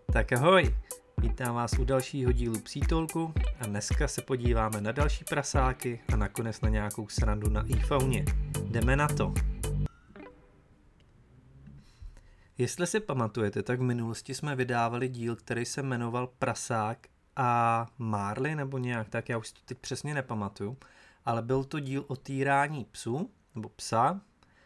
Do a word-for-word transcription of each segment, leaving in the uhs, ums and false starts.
Tak ahoj, vítám vás u dalšího dílu Psítolku a dneska se podíváme na další prasáky a nakonec na nějakou srandu na iFauně. Jdeme na to. Jestli si pamatujete, tak v minulosti jsme vydávali díl, který se jmenoval Prasák a Marley nebo nějak tak, já už si to teď přesně nepamatuju, ale byl to díl o týrání psů nebo psa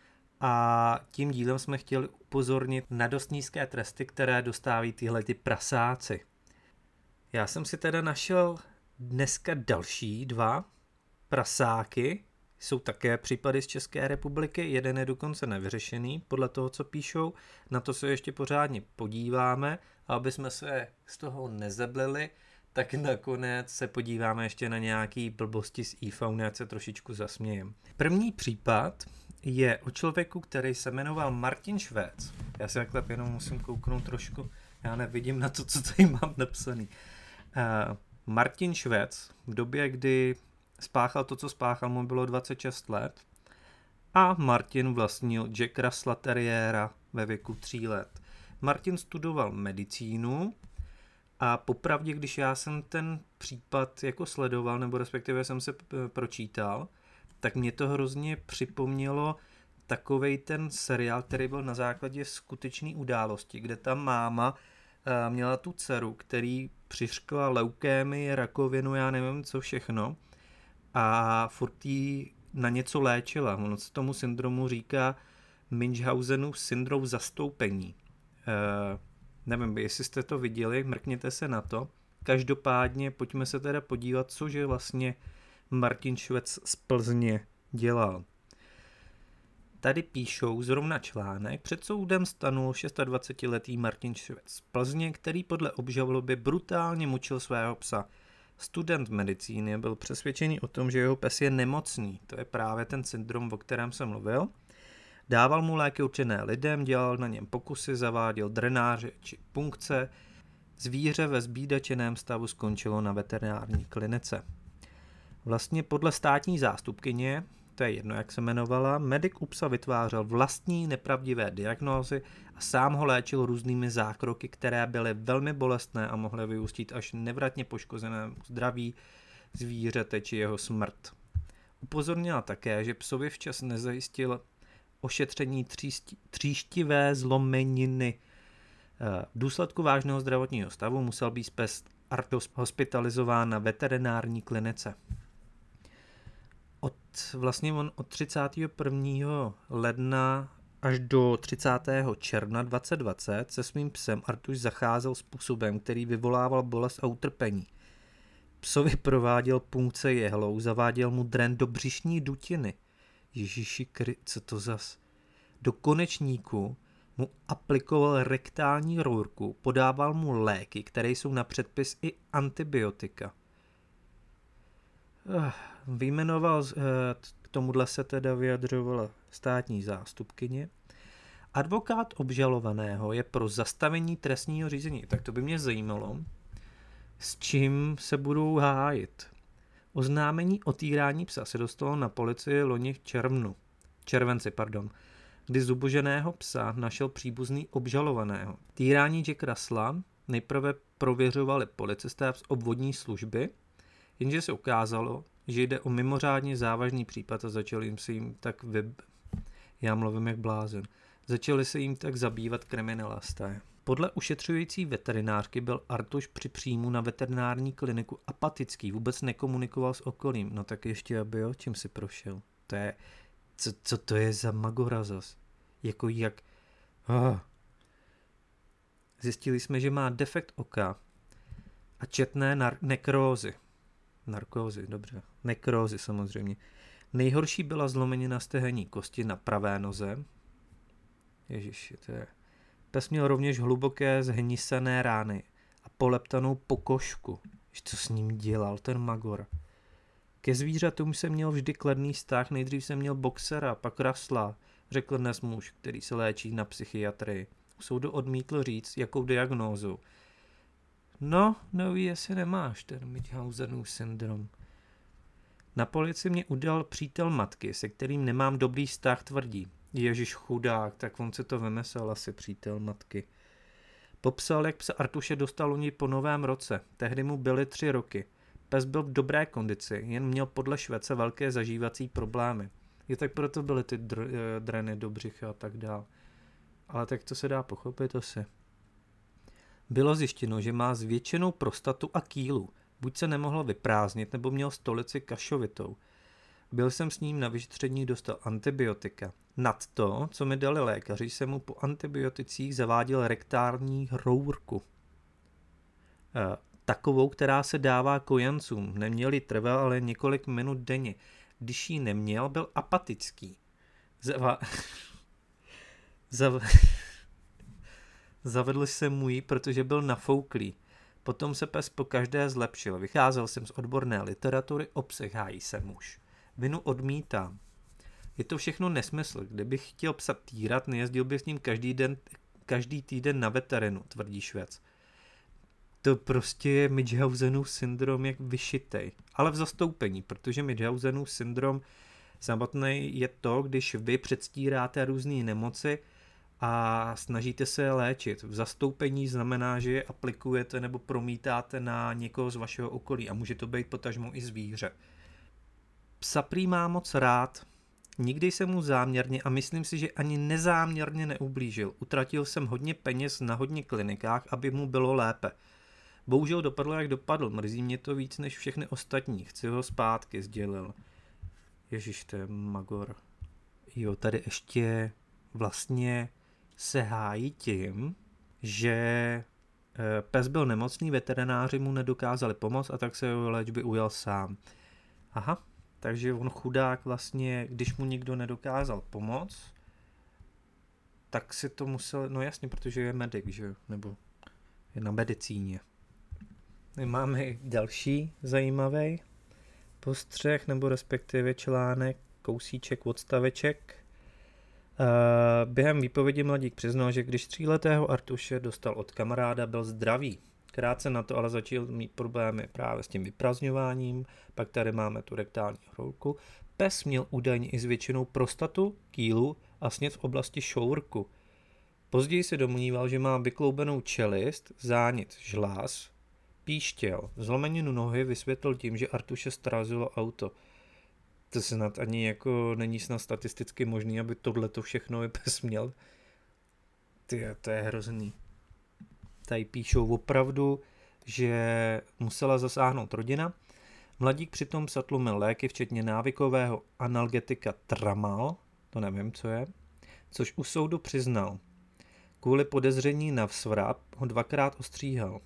a tím dílem jsme chtěli upozornit na dost nízké tresty, které dostávají tyhle ty prasáci. Já jsem si teda našel dneska další dva prasáky, jsou také případy z České republiky, jeden je dokonce nevyřešený, podle toho, co píšou, na to se ještě pořádně podíváme, a aby jsme se z toho nezeblili, tak nakonec se podíváme ještě na nějaký blbosti z iFauny, ať se trošičku zasmějem. První případ je o člověku, který se jmenoval Martin Švéc. Já si takhle jenom musím kouknout trošku, já nevidím na to, co tady mám napsaný. Uh, Martin Švéc v době, kdy spáchal to, co spáchal, mu bylo dvacet šest let a Martin vlastnil Jack Russella Terriera ve věku tří let. Martin studoval medicínu a popravdě, když já jsem ten případ jako sledoval, nebo respektive jsem se p- pročítal, tak mě to hrozně připomnělo takovej ten seriál, který byl na základě skutečné události, kde ta máma uh, měla tu dceru, který přiřkla leukémii, rakovinu, já nevím co všechno, a furt jí na něco léčila. Ono se tomu syndromu říká Münchhausenův syndrom zastoupení. Uh, nevím, jestli jste to viděli, mrkněte se na to. Každopádně pojďme se teda podívat, cože vlastně Martin Švéc z Plzně dělal. Tady píšou zrovna článek. Před soudem stanul dvacetišestiletý Martin Švéc z Plzně, který podle obžaloby brutálně mučil svého psa. Student medicíny byl přesvědčený o tom, že jeho pes je nemocný. To je právě ten syndrom, o kterém jsem mluvil. Dával mu léky určené lidem, dělal na něm pokusy, zaváděl drenáže či punkce. Zvíře ve zbídačeném stavu skončilo na veterinární klinice. Vlastně podle státní zástupkyně, to je jedno, jak se jmenovala, medic u psa vytvářel vlastní nepravdivé diagnózy a sám ho léčil různými zákroky, které byly velmi bolestné a mohly vyústit až nevratně poškozenému zdraví zvířete či jeho smrt. Upozornila také, že psovi včas nezajistil ošetření třísti, tříštivé zlomeniny. V důsledku vážného zdravotního stavu musel být pes hospitalizován na veterinární klinice. Od, vlastně on od třicátého prvního ledna až do třicátého června dvacet dvacet se svým psem Artuš zacházel způsobem, který vyvolával bolest a utrpení. Psovi prováděl punkce jehlou, zaváděl mu dren do břišní dutiny. Ježiši, kry, co to zas? Do konečníku mu aplikoval rektální rourku, podával mu léky, které jsou na předpis i antibiotika. Vyjmenoval, k tomuhle se teda vyjadřovala státní zástupkyně. Advokát obžalovaného je pro zastavení trestního řízení. Tak to by mě zajímalo, s čím se budou hájit. Oznámení o týrání psa se dostalo na policii loni v červnu, červenci, pardon, kdy zuboženého psa našel příbuzný obžalovaného. Týrání Jack Russella nejprve prověřovali policisté z obvodní služby, jenže se ukázalo, že jde o mimořádně závažný případ a začali se jim tak vy... Já mluvím jak blázen. Začali se jim tak zabývat kriminalisté. Podle ušetřující veterinářky byl Artuš při příjmu na veterinární kliniku apatický, vůbec nekomunikoval s okolím. No tak ještě aby jo, čím si prošel. To je... Co, co to je za magora zas? Jako jak... Oh. Zjistili jsme, že má defekt oka a četné nar- nekrózy. Narkózy, dobře. Nekrózy samozřejmě. Nejhorší byla zlomenina stehenní kosti na pravé noze. Ježiši, to je... Pes měl rovněž hluboké zhnisené rány a poleptanou pokožku. Co s ním dělal ten magor? Ke zvířatům jsem měl vždy kladný vztah, nejdřív jsem měl boxera, pak Russella, řekl dnes muž, který se léčí na psychiatrii. U soudu odmítl říct, jakou diagnózu. No, neví, jestli nemáš ten Münchhausenův syndrom. Na policii mě udal přítel matky, se kterým nemám dobrý vztah, tvrdí. Ježiš chudák, tak on se to vymyslel asi přítel matky. Popsal, jak se Artuše dostal loni po novém roce. Tehdy mu byly tři roky. Pes byl v dobré kondici, jen měl podle Švece velké zažívací problémy. Je tak proto byly ty dr- dreny do břicha a tak dál. Ale tak to se dá pochopit asi. Bylo zjištěno, že má zvětšenou prostatu a kýlu. Buď se nemohl vyprázdnit, nebo měl stolici kašovitou. Byl jsem s ním na vyšetření, dostal antibiotika. Nad to, co mi dali lékaři, jsem mu po antibioticích zaváděl rektální rourku. E, takovou, která se dává kojencům. Neměli trval, ale několik minut denně. Když ji neměl, byl apatický. Zava... Zav... Zavedl jsem mu ji, protože byl nafouklý. Potom se pes po každé zlepšil. Vycházel jsem z odborné literatury, obsah hájí se muž. Vinu odmítám. Je to všechno nesmysl. Kdybych chtěl psa týrat, nejezdil bych s ním každý den, každý týden na veterinu, tvrdí Švec. To prostě je Münchhausenův syndrom jak vyšitej. Ale v zastoupení, protože Münchhausenův syndrom samotný je to, když vy předstíráte různé nemoci a snažíte se je léčit. V zastoupení znamená, že je aplikujete nebo promítáte na někoho z vašeho okolí a může to být potažmo i zvíře. Psa prý má moc rád. Nikdy jsem mu záměrně a myslím si, že ani nezáměrně neublížil. Utratil jsem hodně peněz na hodně klinikách, aby mu bylo lépe. Bohužel dopadlo, jak dopadl. Mrzí mě to víc než všechny ostatní. Chci ho zpátky, sdělil. Ježiš, to je magor. Jo, tady ještě vlastně se hájí tím, že pes byl nemocný, veterináři mu nedokázali pomoct a tak se jeho léčby ujal sám. Aha, takže on chudák vlastně, když mu nikdo nedokázal pomoct, tak si to musel, no jasně, protože je medic, že nebo je na medicíně. Máme i další zajímavý postřeh, nebo respektive článek, kousíček, odstaveček. Během výpovědi mladík přiznal, že když tříletého Artuše dostal od kamaráda, byl zdravý. Krátce na to ale začal mít problémy právě s tím vyprazňováním, pak tady máme tu rektální hroulku. Pes měl údajně i zvětšenou prostatu, kýlu a sněd v oblasti šourku. Později se domníval, že má vykloubenou čelist, zánět žláz, píštěl. Zlomeninu nohy vysvětlil tím, že Artuše strazilo auto. To snad ani jako není snad statisticky možný, aby tohleto všechno je pes měl. Ty, to je hrozný. Tady píšou opravdu, že musela zasáhnout rodina. Mladík přitom satlumil léky, včetně návykového analgetika Tramal, to nevím, co je, což u soudu přiznal. Kvůli podezření na vzvrap ho dvakrát ostříhal.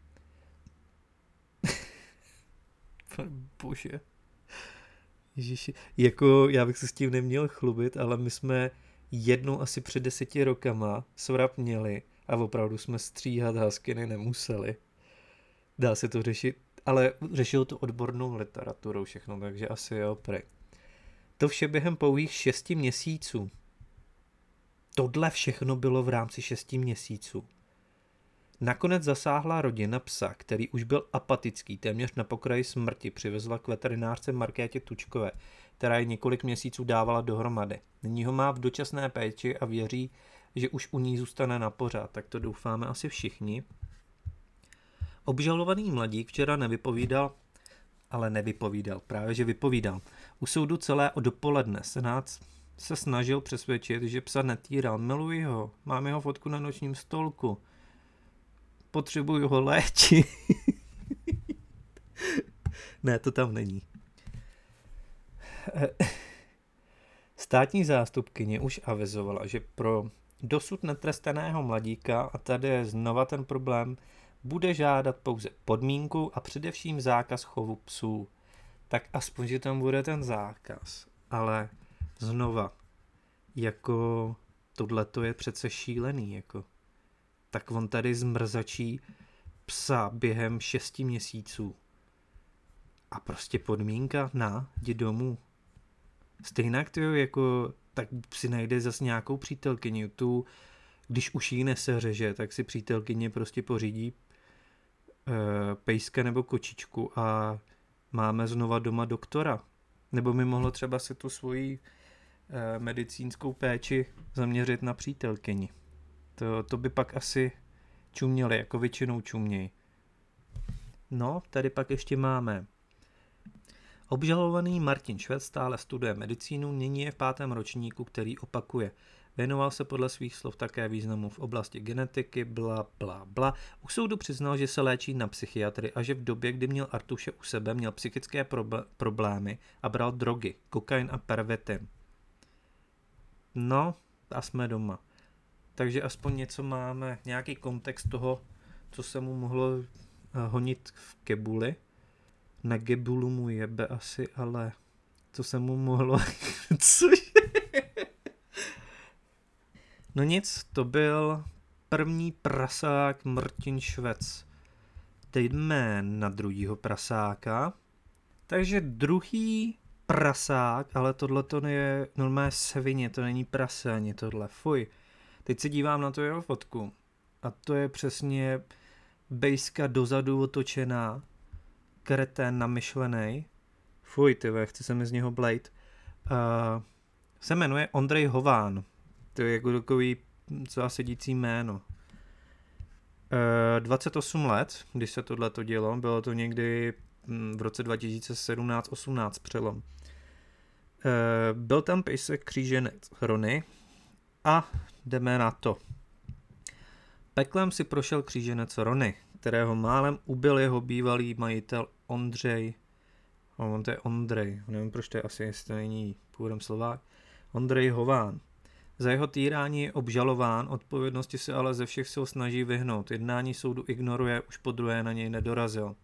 Bože. Ježiši, jako já bych se s tím neměl chlubit, ale my jsme jednou asi před deseti rokama svrap měli a opravdu jsme stříhat haskiny nemuseli. Dá se to řešit, ale řešil to odbornou literaturou všechno, takže asi jo, prej. To vše během pouhých šesti měsíců. Tohle všechno bylo v rámci šesti měsíců. Nakonec zasáhla rodina psa, který už byl apatický, téměř na pokraji smrti, přivezla k veterinářce Markétě Tučkové, která ji několik měsíců dávala dohromady. Nyní ho má v dočasné péči a věří, že už u ní zůstane na pořád, tak to doufáme asi všichni. Obžalovaný mladík včera nevypovídal, ale nevypovídal, právě že vypovídal. U soudu celé o dopoledne senát se snažil přesvědčit, že psa netýral. Miluji ho, mám jeho fotku na nočním stolku. Potřebuju ho léčit. Ne, to tam není. Státní zástupkyně už avizovala, že pro dosud netrestaného mladíka, a tady je znova ten problém, bude žádat pouze podmínku a především zákaz chovu psů. Tak aspoň, že tam bude ten zákaz. Ale znova, jako tohleto je přece šílený, jako. Tak on tady zmrzačí psa během šesti měsíců. A prostě podmínka, na, jdi domů. Stejnak to jako, tak si najde zase nějakou přítelkyni. Tu, když už jí neseřeže, tak si přítelkyně prostě pořídí e, pejska nebo kočičku a máme znova doma doktora. Nebo mi mohlo třeba se tu svoji e, medicínskou péči zaměřit na přítelkyni. To, to by pak asi čuměli, jako většinou čuměj. No, tady pak ještě máme. Obžalovaný Martin Švec stále studuje medicínu, nyní je v pátém ročníku, který opakuje. Věnoval se podle svých slov také významu v oblasti genetiky, bla, bla, bla. U soudu přiznal, že se léčí na psychiatry a že v době, kdy měl Artuše u sebe, měl psychické problémy a bral drogy, kokain a pervitin. No, a jsme doma. Takže aspoň něco máme, nějaký kontext toho, co se mu mohlo honit v kebuli. Na gebulu mu jebe asi, ale co se mu mohlo... Cože? No nic, to byl první prasák Martin Švec. Teď jdeme na druhýho prasáka. Takže druhý prasák, ale tohle to je normálně svině, to není prase ani tohle, fuj. Teď se dívám na tu jeho fotku a to je přesně bejska dozadu otočená, kretén namyšlenej. Fuj, tyve, chce se mi z něho blejt. Uh, se jmenuje Ondrej Hován. To je jako takový celá sedící jméno. Uh, dvacet osm let, když se tohleto dělo, bylo to někdy v roce dva tisíce sedmnáct osmnáct přelom. Uh, byl tam pejsek kříženec Rony a jdeme na to. Peklem si prošel kříženec Rony, kterého málem ubil jeho bývalý majitel Ondřej. Oh, on to je Ondrej, nevím proč to je asi, jestli to není původem Slovák. Ondrej Hován. Za jeho týrání je obžalován, odpovědnosti se ale ze všech sil snaží vyhnout. Jednání soudu ignoruje, už po druhé na něj nedorazil.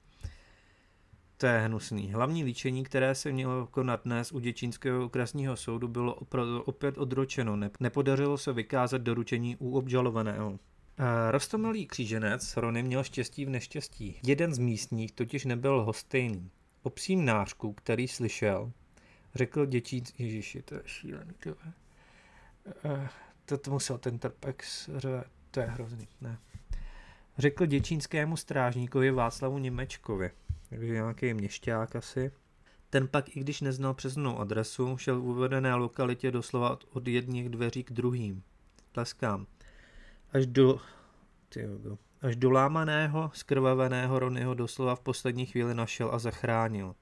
To je hnusný. Hlavní líčení, které se mělo konat dnes u Děčínského okresního soudu, bylo opět odročeno. Nepodařilo se vykázat doručení u obžalovaného. Roztomilý kříženec Rony měl štěstí v neštěstí. Jeden z místních totiž nebyl lhostejný. O psím nářku, který slyšel, řekl Děčín... Ježiši, to je šílený, to je... Uh, to, to musel ten trpex řve, to je hrozný, ne. Řekl děčínskému strážníkovi Václavu Němečkovi, takže nějaký měšťák asi. Ten pak, i když neznal přesnou adresu, šel v uvedené lokalitě doslova od, od jedných dveří k druhým. Tleskám. Až do, tyjo, až do lámaného, skrvaveného Ronyho doslova v poslední chvíli našel a zachránil.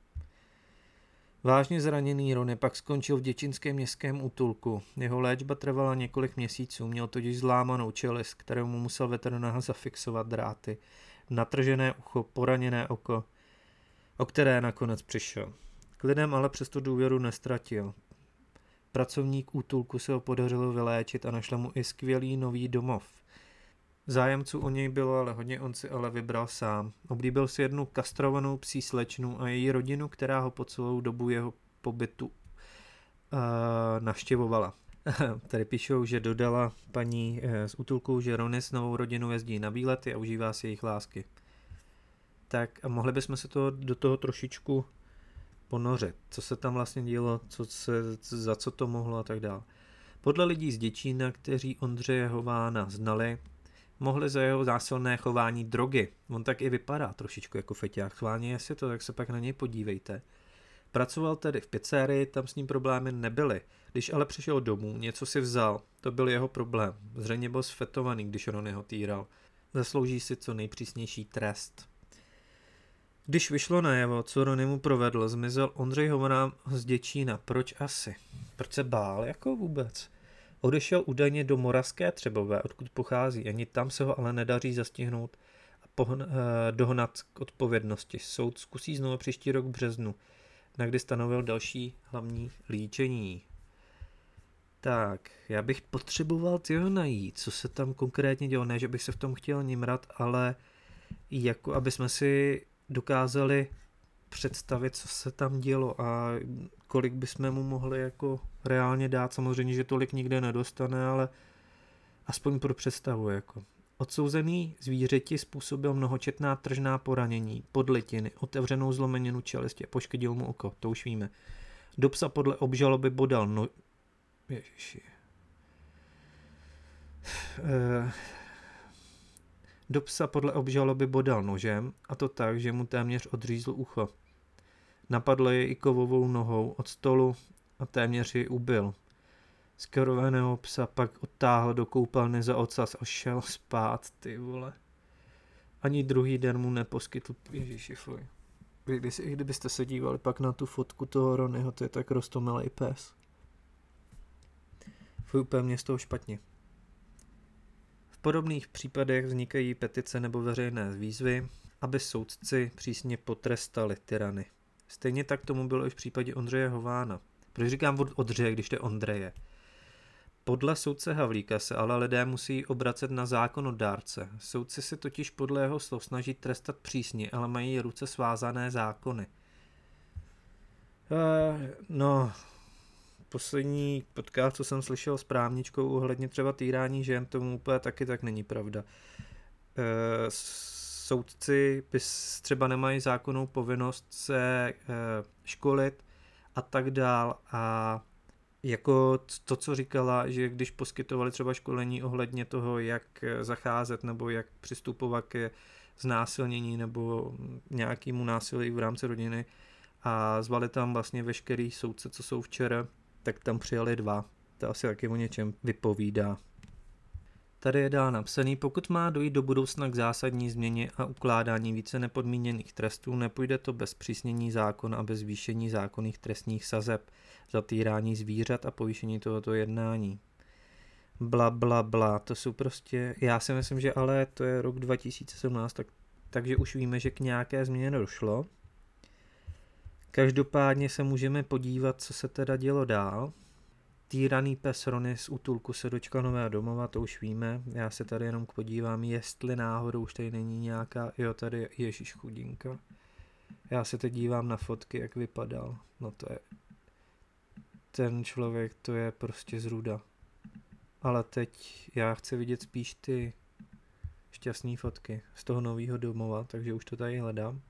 Vážně zraněný Rony pak skončil v děčínském městském útulku. Jeho léčba trvala několik měsíců, měl totiž zlámanou čelist, kterou mu musel veterinář zafixovat dráty, natržené ucho, poraněné oko, o které nakonec přišel. K lidem ale přesto důvěru nestratil. Pracovník útulku se ho podařilo vyléčit a našel mu i skvělý nový domov. Zájemců o něj bylo ale hodně, on si ale vybral sám. Oblíbil si jednu kastrovanou psí slečnu a její rodinu, která ho po celou dobu jeho pobytu uh, navštěvovala. Tady píšou, že dodala paní uh, z útulku, že Rony s novou rodinou jezdí na výlety a užívá si jejich lásky. Tak a mohli bychom se to, do toho trošičku ponořit. Co se tam vlastně dělo, co se, za co to mohlo a tak dále. Podle lidí z Děčína, kteří Ondřeje Hována znali, mohli za jeho zásilné chování drogy. On tak i vypadá trošičku jako feťák. Chválně jestli to, tak se pak na něj podívejte. Pracoval tedy v pizzerii, tam s ním problémy nebyly. Když ale přišel domů, něco si vzal, to byl jeho problém. Zřejmě byl sfetovaný, když Rony ho týral. Zaslouží si co nejpřísnější trest. Když vyšlo najevo, co Rony mu provedl, zmizel Ondřej Hován z Děčína. Proč asi? Proč se bál? Jako vůbec? Odešel údajně do Moravské Třebové, odkud pochází. Ani tam se ho ale nedaří zastihnout a pohn- eh, dohnat k odpovědnosti. Soud zkusí znovu příští rok v březnu, na kdy stanovil další hlavní líčení. Tak, já bych potřeboval tyho najít, co se tam konkrétně dělo. Ne, že bych se v tom chtěl nimrat, ale jako aby jsme si dokázali představit, co se tam dělo a kolik bychom mu mohli jako reálně dát. Samozřejmě, že tolik nikde nedostane, ale aspoň pro představu. Jako. Odsouzený zvířeti způsobil mnohočetná tržná poranění, podlitiny, otevřenou zlomeninu čelistě, poškodil mu oko, to už víme. Do psa podle obžaloby bodal no... Ježiši. Uh... Do psa podle obžaloby bodal nožem, a to tak, že mu téměř odřízl ucho. Napadl jej i kovovou nohou od stolu a téměř ji ubil. Skoroveného psa pak odtáhl do koupelny za ocas a šel spát, ty vole. Ani druhý den mu neposkytl, ježiši fuj. Kdyby, kdybyste se dívali pak na tu fotku toho Ronnyho, to je tak roztomilej pes. Fuj, úplně mě z toho špatně. V podobných případech vznikají petice nebo veřejné výzvy, aby soudci přísně potrestali tyrany. Stejně tak tomu bylo i v případě Ondřeje Hována. Proč říkám od Ondřeje, když to je Ondreje? Podle soudce Havlíka se ale lidé musí obracet na zákonodárce. Soudci se totiž podle jeho slov snaží trestat přísně, ale mají ruce svázané zákony. Uh, no, poslední podcast, co jsem slyšel s právničkou ohledně třeba týrání žen, tomu úplně taky tak není pravda. Uh, soudci třeba nemají zákonnou povinnost se uh, školit a tak dál a jako to, co říkala, že když poskytovali třeba školení ohledně toho, jak zacházet nebo jak přistupovat ke znásilnění nebo nějakému násilí v rámci rodiny a zvali tam vlastně veškerý soudce, co jsou včera, tak tam přijali dva. To asi taky o něčem vypovídá. Tady je dál napsaný, pokud má dojít do budoucna k zásadní změně a ukládání více nepodmíněných trestů, nepůjde to bez přísnění zákona a bez zvýšení zákonných trestních sazeb za týrání zvířat a povýšení tohoto jednání. Bla, bla, bla, to jsou prostě, já si myslím, že ale to je rok dva tisíce sedmnáct, tak, takže už víme, že k nějaké změně došlo. Každopádně se můžeme podívat, co se teda dělo dál. Týraný pes Ronny z útulku se dočkal nového domova, to už víme. Já se tady jenom podívám, jestli náhodou už tady není nějaká, jo, tady je Ježíš chudinka. Já se teď dívám na fotky, jak vypadal. No to je, ten člověk, to je prostě zrůda. Ale teď já chci vidět spíš ty šťastné fotky z toho nového domova, takže už to tady hledám.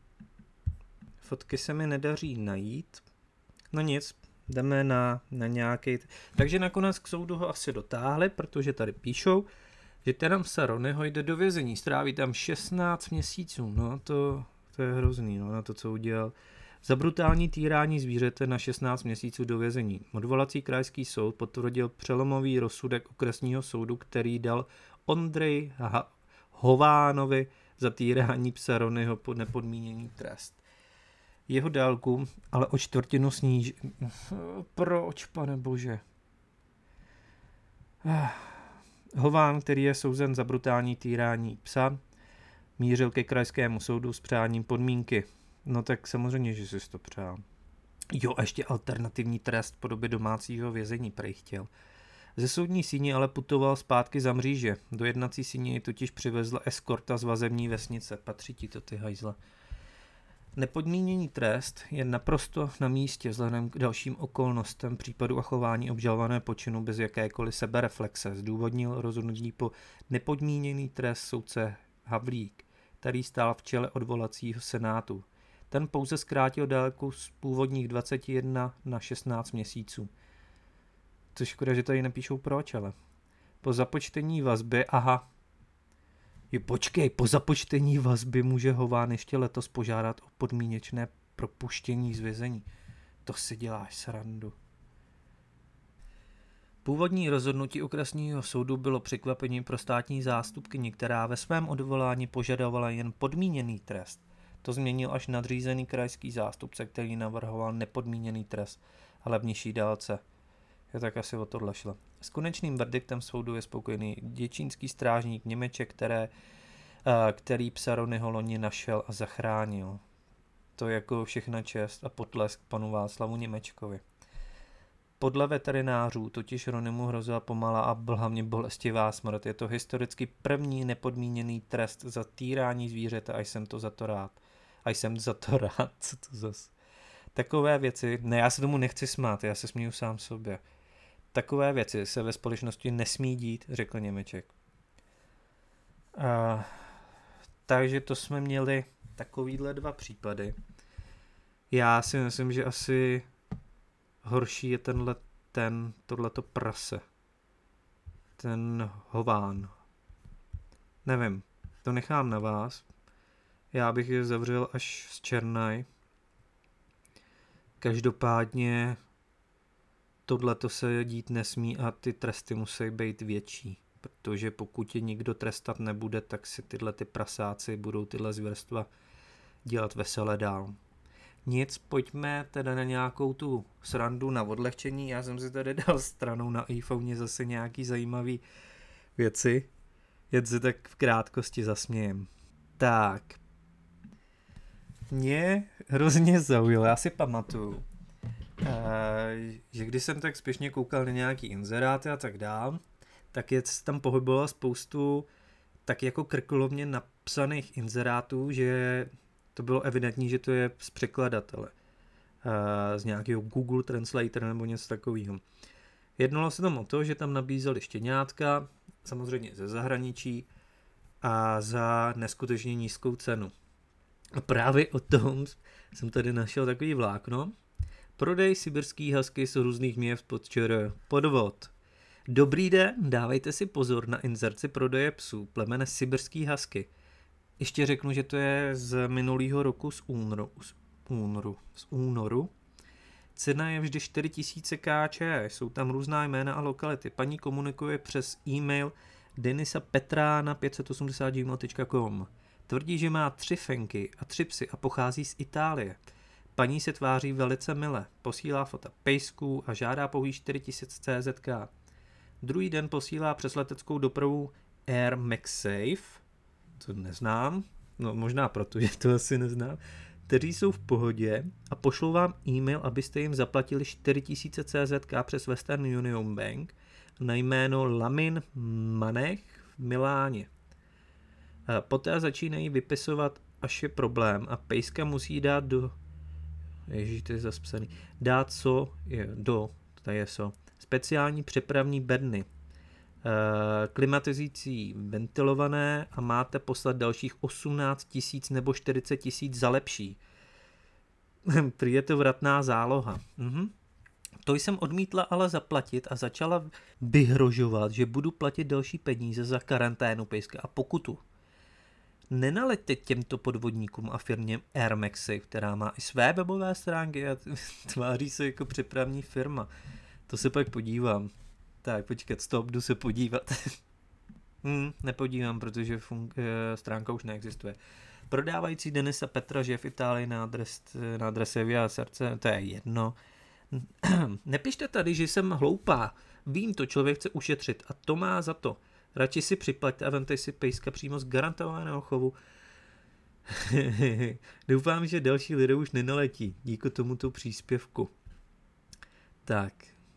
Fotky se mi nedaří najít. No nic, jdeme na, na nějaký... Takže nakonec k soudu ho asi dotáhli, protože tady píšou, že ten psa Ronnyho jde do vězení, stráví tam šestnáct měsíců, no to, to je hrozný, no, na to, co udělal. Za brutální týrání zvířete na šestnáct měsíců do vězení. Odvolací krajský soud potvrdil přelomový rozsudek okresního soudu, který dal Ondřeji Hovánovi za týrání psa Ronnyho pod nepodmíněný trest. Jeho délku ale o čtvrtinu sníží. Proč, pane bože? Hován, který je souzen za brutální týrání psa, mířil ke krajskému soudu s přáním podmínky. No tak samozřejmě, že jsi to přál. Jo, a ještě alternativní trest v podobě domácího vězení prej chtěl. Ze soudní síně ale putoval zpátky za mříže. Do jednací síně ji totiž přivezla eskorta z vazební vesnice. Patří ti to, ty hajzla. Nepodmíněný trest je naprosto na místě vzhledem k dalším okolnostem případu a chování obžalované počinu bez jakékoliv sebereflexe. Zdůvodnil rozhodnutí po nepodmíněný trest soudce Havlík, který stál v čele odvolacího senátu. Ten pouze zkrátil délku z původních dvacet jedna na šestnáct měsíců. Což škoda, že tady nepíšou proč, ale. Po započtení vazby, aha, jo, počkej, po započtení vazby může Hován ještě letos požádat o podmínečné propuštění z vězení. To si děláš srandu. Původní rozhodnutí okresního soudu bylo překvapením pro státní zástupkyni, která ve svém odvolání požadovala jen podmíněný trest. To změnil až nadřízený krajský zástupce, který navrhoval nepodmíněný trest, ale v nižší délce. Je tak asi o tohle šlo. S konečným verdiktem soudu je spokojený děčínský strážník Němeček, které, který psa Ronnyho loni našel a zachránil. To je jako všechna čest a potlesk panu Václavu Němečkovi. Podle veterinářů totiž Ronnymu hrozila pomalá a hlavně bolestivá smrt. Je to historicky první nepodmíněný trest za týrání zvířete a jsem to za to rád. A jsem za to rád, co to zas. Takové věci, ne, já se tomu nechci smát, já se směju sám sobě. Takové věci se ve společnosti nesmí dít, řekl Němeček. A, takže to jsme měli takovýhle dva případy. Já si myslím, že asi horší je tenhle, ten, tohleto prase. Ten Hován. Nevím, to nechám na vás. Já bych je zavřel až z Černaj. Každopádně tohleto se dít nesmí a ty tresty musí být větší. protože pokud je nikdo trestat nebude, tak si tyhle ty prasáci budou tyhle zvěrstva dělat veselé dál. Nic, pojďme teda na nějakou tu srandu na odlehčení. Já jsem si tady dal stranou na iPhone zase nějaký zajímavý věci. Jen si tak v krátkosti zasmějem. Tak. Mě hrozně zaujalo, já si pamatuju, že když jsem tak spěšně koukal na nějaký inzeráty a tak dál, tak je tam pohybovala spoustu tak jako krkolomně napsaných inzerátů, že to bylo evidentní, že to je z překladatele. Z nějakého Google Translator nebo něco takového. Jednalo se tam o to, že tam nabízeli štěňátka, samozřejmě ze zahraničí a za neskutečně nízkou cenu. A právě o tom jsem tady našel takový vlákno. Prodej sibirský husky z různých měst pod ČR. Podvod. Dobrý den, dávejte si pozor na inzerci prodeje psů plemene sibirský husky. Ještě řeknu, že to je z minulého roku z únoru. Z únoru. Z únoru. Cena je vždy čtyři tisíce korun. Jsou tam různá jména a lokality. Paní komunikuje přes e-mail denisa petra na pět set osmdesát gmail tečka com. Tvrdí, že má tři fenky a tři psy a pochází z Itálie. Paní se tváří velice mile, posílá fota pejsků a žádá pouhý čtyři tisíce C Z K. Druhý den posílá přes leteckou dopravu Air MagSafe, to neznám, no možná proto, že to asi neznám, kteří jsou v pohodě a pošlou vám e-mail, abyste jim zaplatili čtyři tisíce C Z K přes Western Union Bank na jméno Lamin Manech v Miláně. Poté začínají vypisovat, až je problém a pejska musí dát do Ježíš, to je zas psaný. Dát co je do, tady je so, speciální přepravní bedny, e, klimatizující ventilované a máte poslat dalších osmnáct tisíc nebo čtyřicet tisíc za lepší. Prý je to vratná záloha. Mhm. To jsem odmítla ale zaplatit a začala vyhrožovat, že budu platit další peníze za karanténu pejska a pokutu. Nenaleďte těmto podvodníkům a firmě Air MagSafe, která má i své webové stránky a tváří se jako přepravní firma. To se pak podívám. Tak, počkat, stop, jdu se podívat. hmm, nepodívám, protože fun- stránka už neexistuje. Prodávající Denisa Petra žije v Itálii na, adres, na adrese Via Srdce, to je jedno. Nepište tady, že jsem hloupá. Vím to, člověk chce ušetřit a to má za to. Radši si připlaťte a vemte si pejska přímo z garantovaného chovu. Doufám, že další lidé už nenaletí díky tomuto příspěvku. Tak.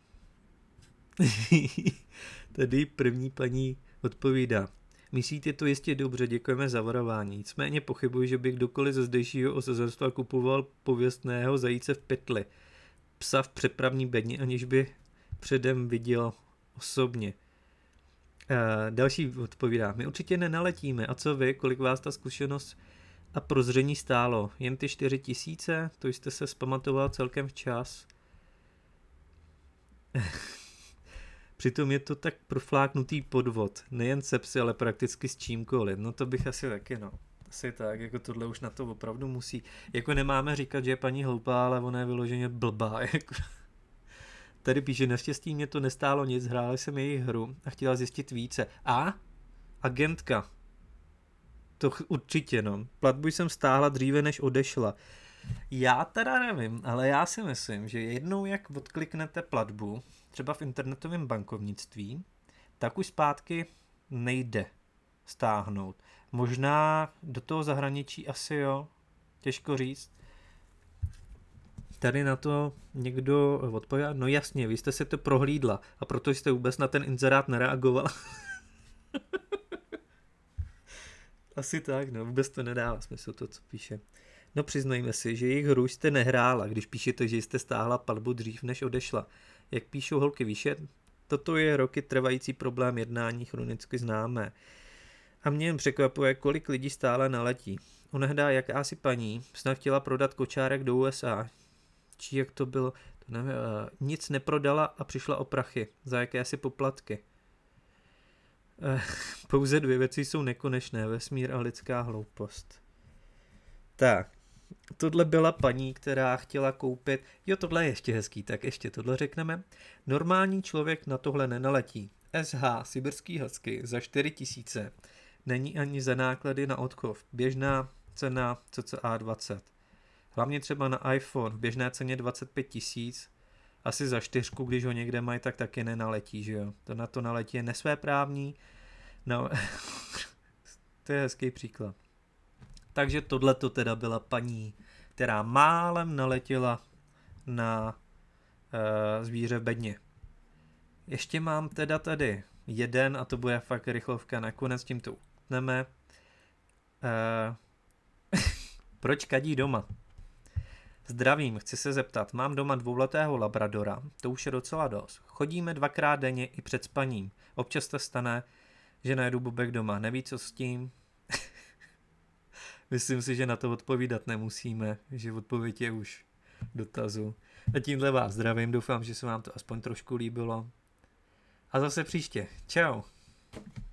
Tady první paní odpovídá. Myslíte to jistě dobře, děkujeme za varování. Nicméně pochybuji, že by kdokoliv ze zdejšího osazenstva kupoval pověstného zajíce v pytli. Psa v přepravní bedně, aniž by předem viděl osobně. Uh, další odpovídá. My určitě nenaletíme. A co vy? Kolik vás ta zkušenost a prozření stálo? Jen ty čtyři tisíce? To jste se zpamatoval celkem včas. Přitom je to tak profláknutý podvod. Nejen se psy, ale prakticky s čímkoliv. No to bych asi taky, no. Asi tak, jako tohle už na to opravdu musí. Jako nemáme říkat, že je paní hloupá, ale ona je vyloženě blbá. Jako. Tady píše, naštěstí mě to nestálo nic, hrála jsem jejich hru a chtěla zjistit více. A? Agentka. To určitě, no. Platbu jsem stáhla dříve, než odešla. Já teda nevím, ale já si myslím, že jednou, jak odkliknete platbu, třeba v internetovém bankovnictví, tak už zpátky nejde stáhnout. Možná do toho zahraničí asi jo, těžko říct. Tady na to někdo odpověděl, no jasně, vy jste se to prohlídla a proto jste vůbec na ten inzerát nereagovala. Asi tak, no vůbec to nedává smysl to, co píše. No přiznejme si, že jejich hru jste nehrála, když píšete, že jste stáhla platbu dřív, než odešla. Jak píšou holky výše, toto je roky trvající problém jednání chronicky známé. A mě jen překvapuje, kolik lidí stále naletí. Onehdá jakási paní snad chtěla prodat kočárek do U S A. Či jak to bylo, to nevím, nic neprodala a přišla o prachy. Za jakési poplatky. Pouze dvě věci jsou nekonečné, vesmír a lidská hloupost. Tak, tohle byla paní, která chtěla koupit, jo tohle je ještě hezký, tak ještě tohle řekneme. Normální člověk na tohle nenaletí. S H sibirský husky za čtyři tisíce není ani za náklady na odchov. Běžná cena cca dvacet. Hlavně třeba na iPhone v běžné ceně dvacet pět tisíc, asi za čtyřku, když ho někde mají, tak taky nenaletí, že jo. To na to naletí je nesvéprávní. No, to je hezký příklad. Takže tohle to teda byla paní, která málem naletěla na uh, zvíře v bedně. Ještě mám teda tady jeden, a to bude fakt rychlovka, nakonec tím to utneme. Uh, proč kadí doma? Zdravím, chci se zeptat, mám doma dvouletého labradora, to už je docela dost. Chodíme dvakrát denně i před spaním. Občas se stane, že najedu Bobek doma, neví co s tím. Myslím si, že na to odpovídat nemusíme, že odpověď je už dotazu. A tímhle vás zdravím, doufám, že se vám to aspoň trošku líbilo. A zase příště. Čau.